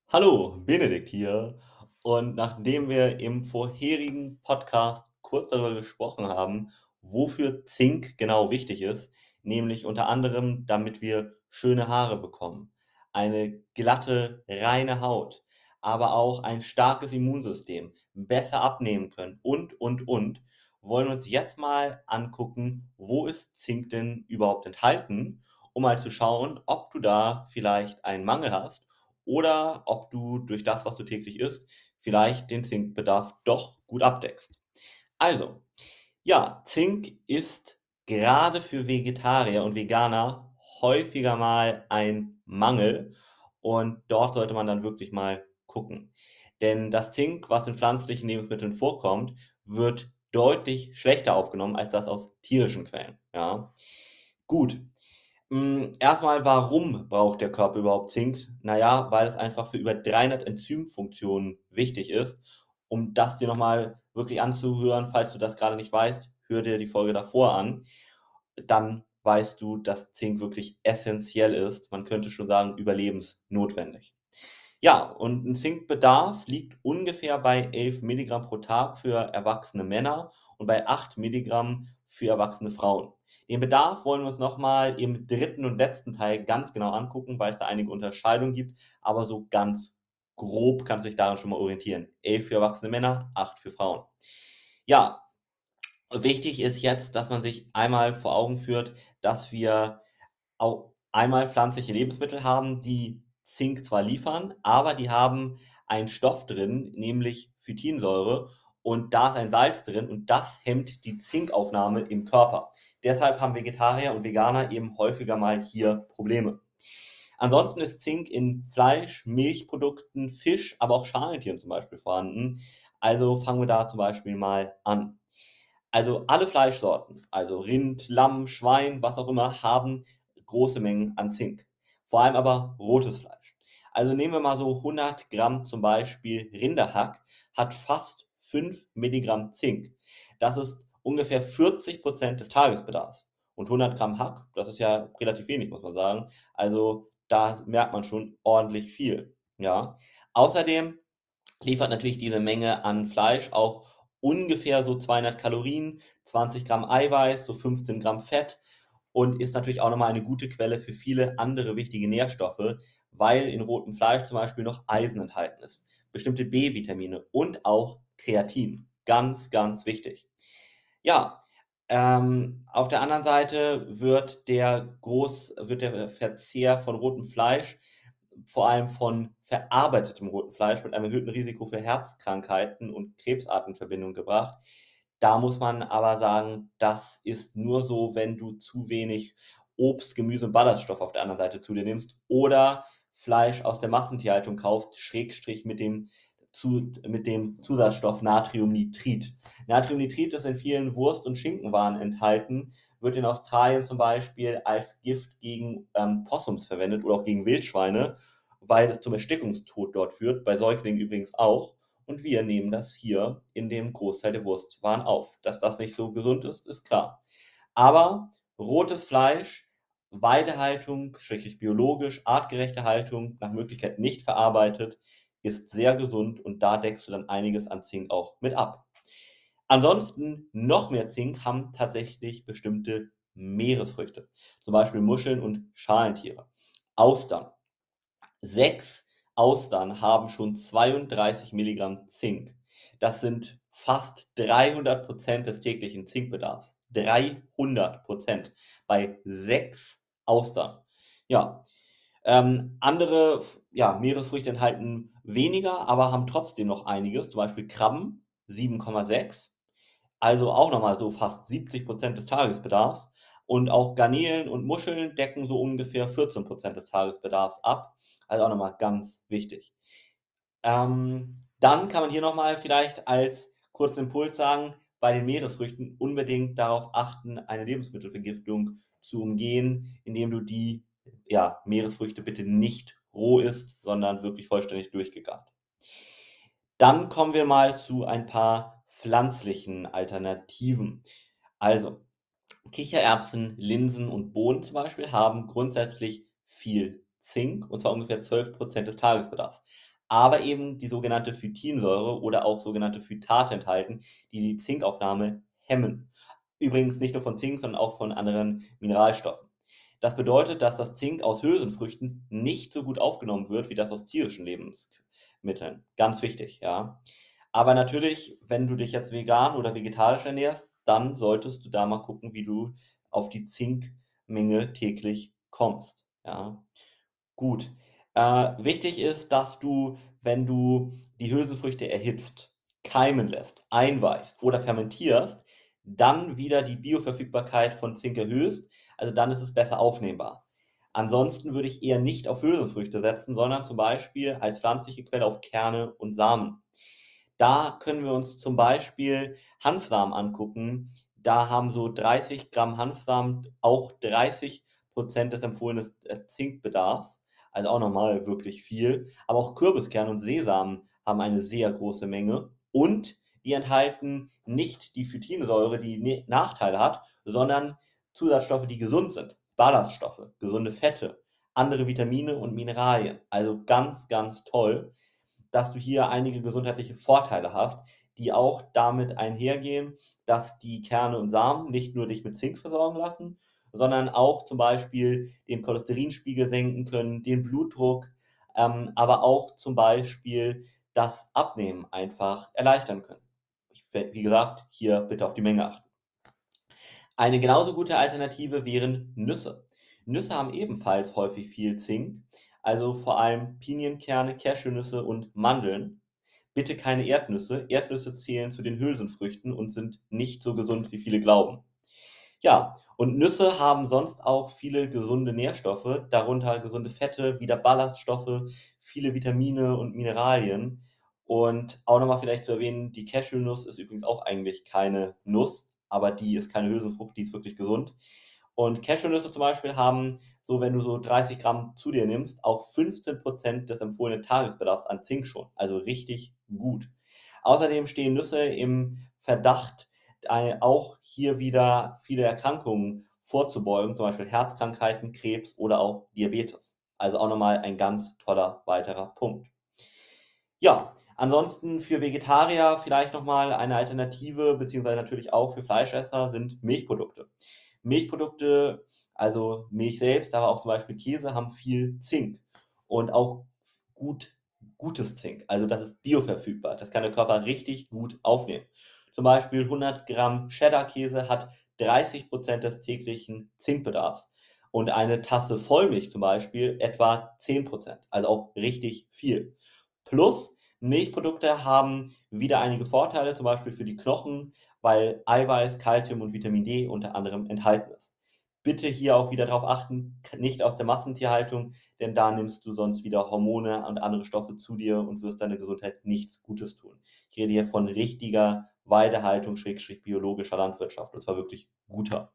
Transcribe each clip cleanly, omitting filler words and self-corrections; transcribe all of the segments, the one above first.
Hallo, Benedikt hier. Und nachdem wir im vorherigen Podcast kurz darüber gesprochen haben, wofür Zink genau wichtig ist, nämlich unter anderem, damit wir schöne Haare bekommen, eine glatte, reine Haut, aber auch ein starkes Immunsystem, besser abnehmen können und, wollen wir uns jetzt mal angucken, wo ist Zink denn überhaupt enthalten, um mal zu schauen, ob du da vielleicht einen Mangel hast oder ob du durch das, was du täglich isst, vielleicht den Zinkbedarf doch gut abdeckst. Also, ja, Zink ist gerade für Vegetarier und Veganer häufiger mal ein Mangel und dort sollte man dann wirklich mal gucken. Denn das Zink, was in pflanzlichen Lebensmitteln vorkommt, wird deutlich schlechter aufgenommen als das aus tierischen Quellen. Ja. Gut, erst warum braucht der Körper überhaupt Zink? Na ja, weil es einfach für über 300 Enzymfunktionen wichtig ist. Um das dir noch mal wirklich anzuhören, falls du das gerade nicht weißt, hör dir die Folge davor an. Dann weißt du, dass Zink wirklich essenziell ist. Man könnte schon sagen, überlebensnotwendig. Ja, und ein Zinkbedarf liegt ungefähr bei 11 Milligramm pro Tag für erwachsene Männer und bei 8 Milligramm für erwachsene Frauen. Den Bedarf wollen wir uns noch mal im dritten und letzten Teil ganz genau angucken, weil es da einige Unterscheidungen gibt, aber so ganz grob kannst du dich daran schon mal orientieren. 11 für erwachsene Männer, 8 für Frauen. Ja, wichtig ist jetzt, dass man sich einmal vor Augen führt, dass wir auch einmal pflanzliche Lebensmittel haben, die Zink zwar liefern, aber die haben einen Stoff drin, nämlich Phytinsäure, und da ist ein Salz drin und das hemmt die Zinkaufnahme im Körper. Deshalb haben Vegetarier und Veganer eben häufiger mal hier Probleme. Ansonsten ist Zink in Fleisch, Milchprodukten, Fisch, aber auch Schalentieren zum Beispiel vorhanden. Also fangen wir da zum Beispiel mal an. Also alle Fleischsorten, also Rind, Lamm, Schwein, was auch immer, haben große Mengen an Zink. Vor allem aber rotes Fleisch. Also nehmen wir mal so 100 Gramm zum Beispiel Rinderhack, hat fast 5 Milligramm Zink. Das ist ungefähr 40% des Tagesbedarfs. Und 100 Gramm Hack, das ist ja relativ wenig, muss man sagen. Also da merkt man schon ordentlich viel. Ja. Außerdem liefert natürlich diese Menge an Fleisch auch ungefähr so 200 Kalorien, 20 Gramm Eiweiß, so 15 Gramm Fett und ist natürlich auch nochmal eine gute Quelle für viele andere wichtige Nährstoffe, weil in rotem Fleisch zum Beispiel noch Eisen enthalten ist, bestimmte B-Vitamine und auch Kreatin. Ganz, ganz wichtig. Ja, auf der anderen Seite wird der Verzehr von rotem Fleisch vor allem von verarbeitetem roten Fleisch mit einem erhöhten Risiko für Herzkrankheiten und Krebsarten in Verbindung gebracht. Da muss man aber sagen, das ist nur so, wenn du zu wenig Obst, Gemüse und Ballaststoff auf der anderen Seite zu dir nimmst oder Fleisch aus der Massentierhaltung kaufst, Schrägstrich mit dem Zusatzstoff Natriumnitrit. Natriumnitrit ist in vielen Wurst- und Schinkenwaren enthalten, wird in Australien zum Beispiel als Gift gegen Possums verwendet oder auch gegen Wildschweine, weil es zum Erstickungstod dort führt, bei Säuglingen übrigens auch. Und wir nehmen das hier in dem Großteil der Wurstwaren auf. Dass das nicht so gesund ist, ist klar. Aber rotes Fleisch, Weidehaltung, schrägstrich biologisch, artgerechte Haltung, nach Möglichkeit nicht verarbeitet, ist sehr gesund und da deckst du dann einiges an Zink auch mit ab. Ansonsten noch mehr Zink haben tatsächlich bestimmte Meeresfrüchte, zum Beispiel Muscheln und Schalentiere. Austern. 6 Austern haben schon 32 Milligramm Zink. Das sind fast 300% des täglichen Zinkbedarfs. 300% bei 6 Austern. Ja, andere ja, Meeresfrüchte enthalten weniger, aber haben trotzdem noch einiges. Zum Beispiel Krabben 7,6, also auch nochmal so fast 70% des Tagesbedarfs. Und auch Garnelen und Muscheln decken so ungefähr 14% des Tagesbedarfs ab. Also auch nochmal ganz wichtig. Dann kann man hier nochmal vielleicht als kurzen Impuls sagen, bei den Meeresfrüchten unbedingt darauf achten, eine Lebensmittelvergiftung zu umgehen, indem du die ja, Meeresfrüchte bitte nicht roh isst, sondern wirklich vollständig durchgegart. Dann kommen wir mal zu ein paar pflanzlichen Alternativen. Also, Kichererbsen, Linsen und Bohnen zum Beispiel haben grundsätzlich viel Zink, und zwar ungefähr 12% des Tagesbedarfs. aber eben die sogenannte Phytinsäure oder auch sogenannte Phytate enthalten, die die Zinkaufnahme hemmen. Übrigens nicht nur von Zink, sondern auch von anderen Mineralstoffen. Das bedeutet, dass das Zink aus Hülsenfrüchten nicht so gut aufgenommen wird wie das aus tierischen Lebensmitteln. Ganz wichtig, ja. Aber natürlich, wenn du dich jetzt vegan oder vegetarisch ernährst, dann solltest du da mal gucken, wie du auf die Zinkmenge täglich kommst, ja. Gut. Wichtig ist, dass du, wenn du die Hülsenfrüchte erhitzt, keimen lässt, einweichst oder fermentierst, dann wieder die Bioverfügbarkeit von Zink erhöhst, also dann ist es besser aufnehmbar. Ansonsten würde ich eher nicht auf Hülsenfrüchte setzen, sondern zum Beispiel als pflanzliche Quelle auf Kerne und Samen. Da können wir uns zum Beispiel Hanfsamen angucken. Da haben so 30 Gramm Hanfsamen auch 30% des empfohlenen Zinkbedarfs. Also auch nochmal wirklich viel. Aber auch Kürbiskerne und Seesamen haben eine sehr große Menge. Und die enthalten nicht die Phytinsäure, die Nachteile hat, sondern Zusatzstoffe, die gesund sind. Ballaststoffe, gesunde Fette, andere Vitamine und Mineralien. Also ganz, ganz toll, dass du hier einige gesundheitliche Vorteile hast, die auch damit einhergehen, dass die Kerne und Samen nicht nur dich mit Zink versorgen lassen, sondern auch zum Beispiel den Cholesterinspiegel senken können, den Blutdruck, aber auch zum Beispiel das Abnehmen einfach erleichtern können. Wie gesagt, hier bitte auf die Menge achten. Eine genauso gute Alternative wären Nüsse. Nüsse haben ebenfalls häufig viel Zink, also vor allem Pinienkerne, Cashewnüsse und Mandeln. Bitte keine Erdnüsse. Erdnüsse zählen zu den Hülsenfrüchten und sind nicht so gesund, wie viele glauben. Ja, und Nüsse haben sonst auch viele gesunde Nährstoffe, darunter gesunde Fette, wieder Ballaststoffe, viele Vitamine und Mineralien. Und auch nochmal vielleicht zu erwähnen, die Cashewnuss ist übrigens auch eigentlich keine Nuss, aber die ist keine Hülsenfrucht, die ist wirklich gesund. Und Cashewnüsse zum Beispiel haben, so wenn du so 30 Gramm zu dir nimmst, auch 15% des empfohlenen Tagesbedarfs an Zink schon. Also richtig gut. Außerdem stehen Nüsse im Verdacht, auch hier wieder viele Erkrankungen vorzubeugen, zum Beispiel Herzkrankheiten, Krebs oder auch Diabetes. Also auch nochmal ein ganz toller weiterer Punkt. Ja, ansonsten für Vegetarier vielleicht nochmal eine Alternative, beziehungsweise natürlich auch für Fleischesser, sind Milchprodukte. Milchprodukte, also Milch selbst, aber auch zum Beispiel Käse, haben viel Zink und auch gutes Zink. Also das ist bioverfügbar. Das kann der Körper richtig gut aufnehmen. Zum Beispiel 100 Gramm Cheddar-Käse hat 30% des täglichen Zinkbedarfs. Und eine Tasse Vollmilch zum Beispiel etwa 10%. Also auch richtig viel. Plus, Milchprodukte haben wieder einige Vorteile, zum Beispiel für die Knochen, weil Eiweiß, Kalzium und Vitamin D unter anderem enthalten ist. Bitte hier auch wieder darauf achten, nicht aus der Massentierhaltung, denn da nimmst du sonst wieder Hormone und andere Stoffe zu dir und wirst deiner Gesundheit nichts Gutes tun. Ich rede hier von richtiger Weidehaltung, Schrägstrich biologischer Landwirtschaft, und zwar wirklich guter.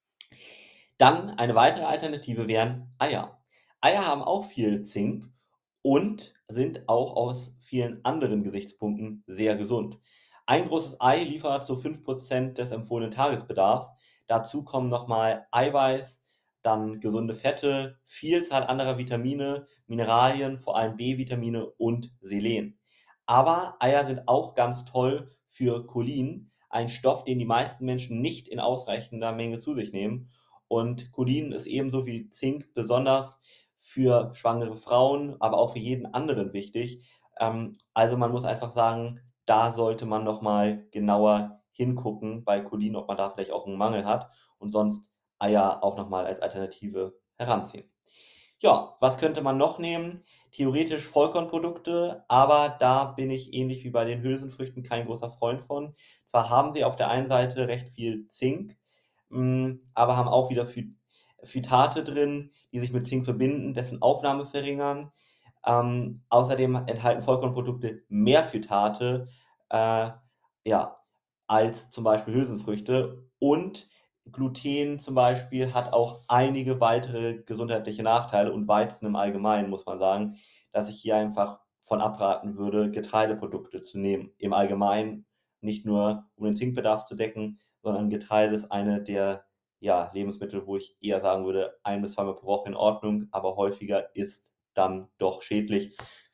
Dann eine weitere Alternative wären Eier. Eier haben auch viel Zink und sind auch aus vielen anderen Gesichtspunkten sehr gesund. Ein großes Ei liefert so 5% des empfohlenen Tagesbedarfs. Dazu kommen nochmal Eiweiß, dann gesunde Fette, Vielzahl anderer Vitamine, Mineralien, vor allem B-Vitamine und Selen. Aber Eier sind auch ganz toll für Cholin, ein Stoff, den die meisten Menschen nicht in ausreichender Menge zu sich nehmen. Und Cholin ist ebenso wie Zink besonders für schwangere Frauen, aber auch für jeden anderen wichtig. Also man muss einfach sagen, da sollte man nochmal genauer hingucken bei Cholin, ob man da vielleicht auch einen Mangel hat und sonst Eier auch nochmal als Alternative heranziehen. Ja, was könnte man noch nehmen? Theoretisch Vollkornprodukte, aber da bin ich ähnlich wie bei den Hülsenfrüchten kein großer Freund von. Zwar haben sie auf der einen Seite recht viel Zink, aber haben auch wieder Phytate drin, die sich mit Zink verbinden, dessen Aufnahme verringern. Außerdem enthalten Vollkornprodukte mehr Phytate, äh, ja, als zum Beispiel Hülsenfrüchte. Und Gluten zum Beispiel hat auch einige weitere gesundheitliche Nachteile und Weizen im Allgemeinen, muss man sagen, dass ich hier einfach von abraten würde, Getreideprodukte zu nehmen. Im Allgemeinen nicht nur, um den Zinkbedarf zu decken, sondern Getreide ist eine der ja, Lebensmittel, wo ich eher sagen würde, 1 bis 2 Mal pro Woche in Ordnung, aber häufiger ist dann doch schädlich.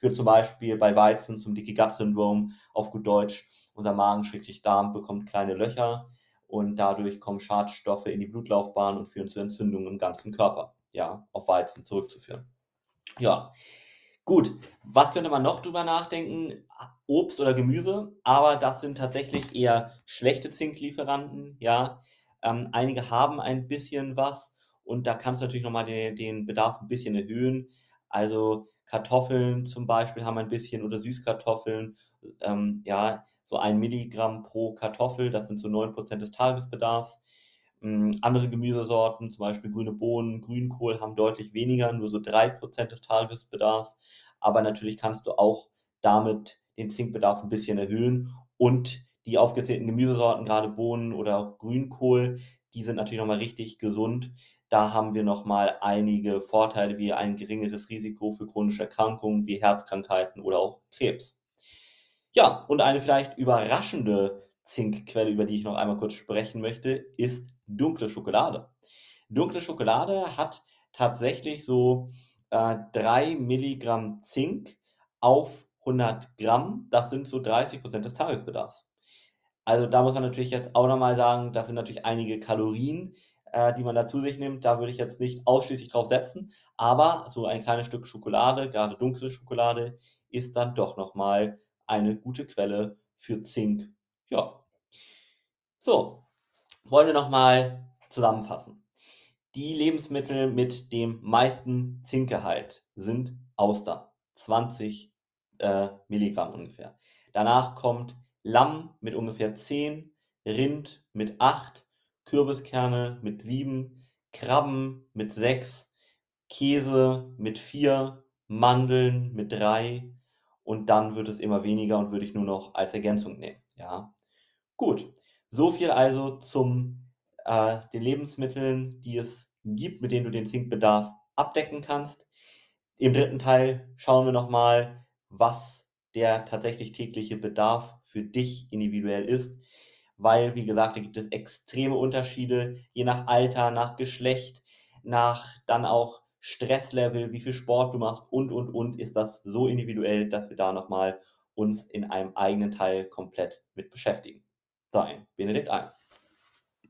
führt zum Beispiel bei Weizen zum Leaky Gut Syndrom, auf gut Deutsch. Unser Magen-Darm bekommt kleine Löcher und dadurch kommen Schadstoffe in die Blutlaufbahn und führen zu Entzündungen im ganzen Körper. Ja, auf Weizen zurückzuführen. Ja, gut. Was könnte man noch drüber nachdenken? Obst oder Gemüse, aber das sind tatsächlich eher schlechte Zinklieferanten, ja. Einige haben ein bisschen was und da kannst du natürlich nochmal den Bedarf ein bisschen erhöhen. Also Kartoffeln zum Beispiel haben ein bisschen oder Süßkartoffeln, ja, so 1 Milligramm pro Kartoffel, das sind so 9% des Tagesbedarfs. Andere Gemüsesorten, zum Beispiel grüne Bohnen, Grünkohl, haben deutlich weniger, nur so 3% des Tagesbedarfs. Aber natürlich kannst du auch damit den Zinkbedarf ein bisschen erhöhen. Und die aufgezählten Gemüsesorten, gerade Bohnen oder auch Grünkohl, die sind natürlich nochmal richtig gesund. Da haben wir nochmal einige Vorteile wie ein geringeres Risiko für chronische Erkrankungen wie Herzkrankheiten oder auch Krebs. Ja, und eine vielleicht überraschende Zinkquelle, über die ich noch einmal kurz sprechen möchte, ist dunkle Schokolade. Dunkle Schokolade hat tatsächlich so 3 Milligramm Zink auf 100 Gramm. Das sind so 30% des Tagesbedarfs. Also da muss man natürlich jetzt auch nochmal sagen, das sind natürlich einige Kalorien, die man da zu sich nimmt. Da würde ich jetzt nicht ausschließlich drauf setzen, aber so ein kleines Stück Schokolade, gerade dunkle Schokolade, ist dann doch nochmal eine gute Quelle für Zink. Ja, so, wollen wir nochmal zusammenfassen. Die Lebensmittel mit dem meisten Zinkgehalt sind Austern, 20 Milligramm ungefähr. Danach kommt Lamm mit ungefähr 10, Rind mit 8, Kürbiskerne mit 7, Krabben mit 6, Käse mit 4, Mandeln mit 3 und dann wird es immer weniger und würde ich nur noch als Ergänzung nehmen. Ja, gut. So viel also zum den Lebensmitteln, die es gibt, mit denen du den Zinkbedarf abdecken kannst. Im dritten Teil schauen wir nochmal, was der tatsächlich tägliche Bedarf für dich individuell ist, weil, wie gesagt, da gibt es extreme Unterschiede, je nach Alter, nach Geschlecht, nach dann auch Stresslevel, wie viel Sport du machst und, ist das so individuell, dass wir da nochmal uns in einem eigenen Teil komplett mit beschäftigen. Dein Benedikt Ein.